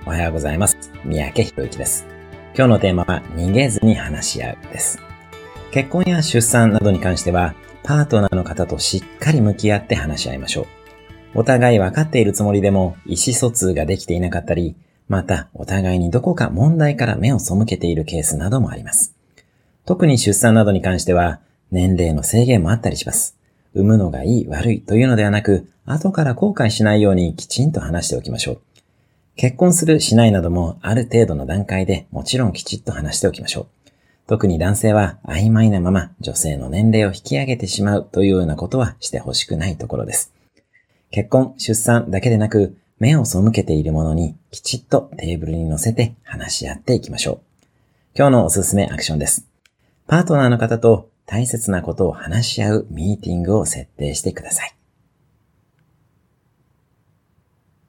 おはようございます。三宅宏之です。今日のテーマは逃げずに話し合うです。結婚や出産などに関しては、パートナーの方としっかり向き合って話し合いましょう。お互い分かっているつもりでも意思疎通ができていなかったり、またお互いにどこか問題から目を背けているケースなどもあります。特に出産などに関しては、年齢の制限もあったりします。産むのがいい悪いというのではなく、後から後悔しないようにきちんと話しておきましょう。結婚するしないなどもある程度の段階でもちろんきちっと話しておきましょう。特に男性は曖昧なまま女性の年齢を引き上げてしまうというようなことはしてほしくないところです。結婚、出産だけでなく目を背けているものにきちっとテーブルに乗せて話し合っていきましょう。今日のおすすめアクションです。パートナーの方と大切なことを話し合うミーティングを設定してください。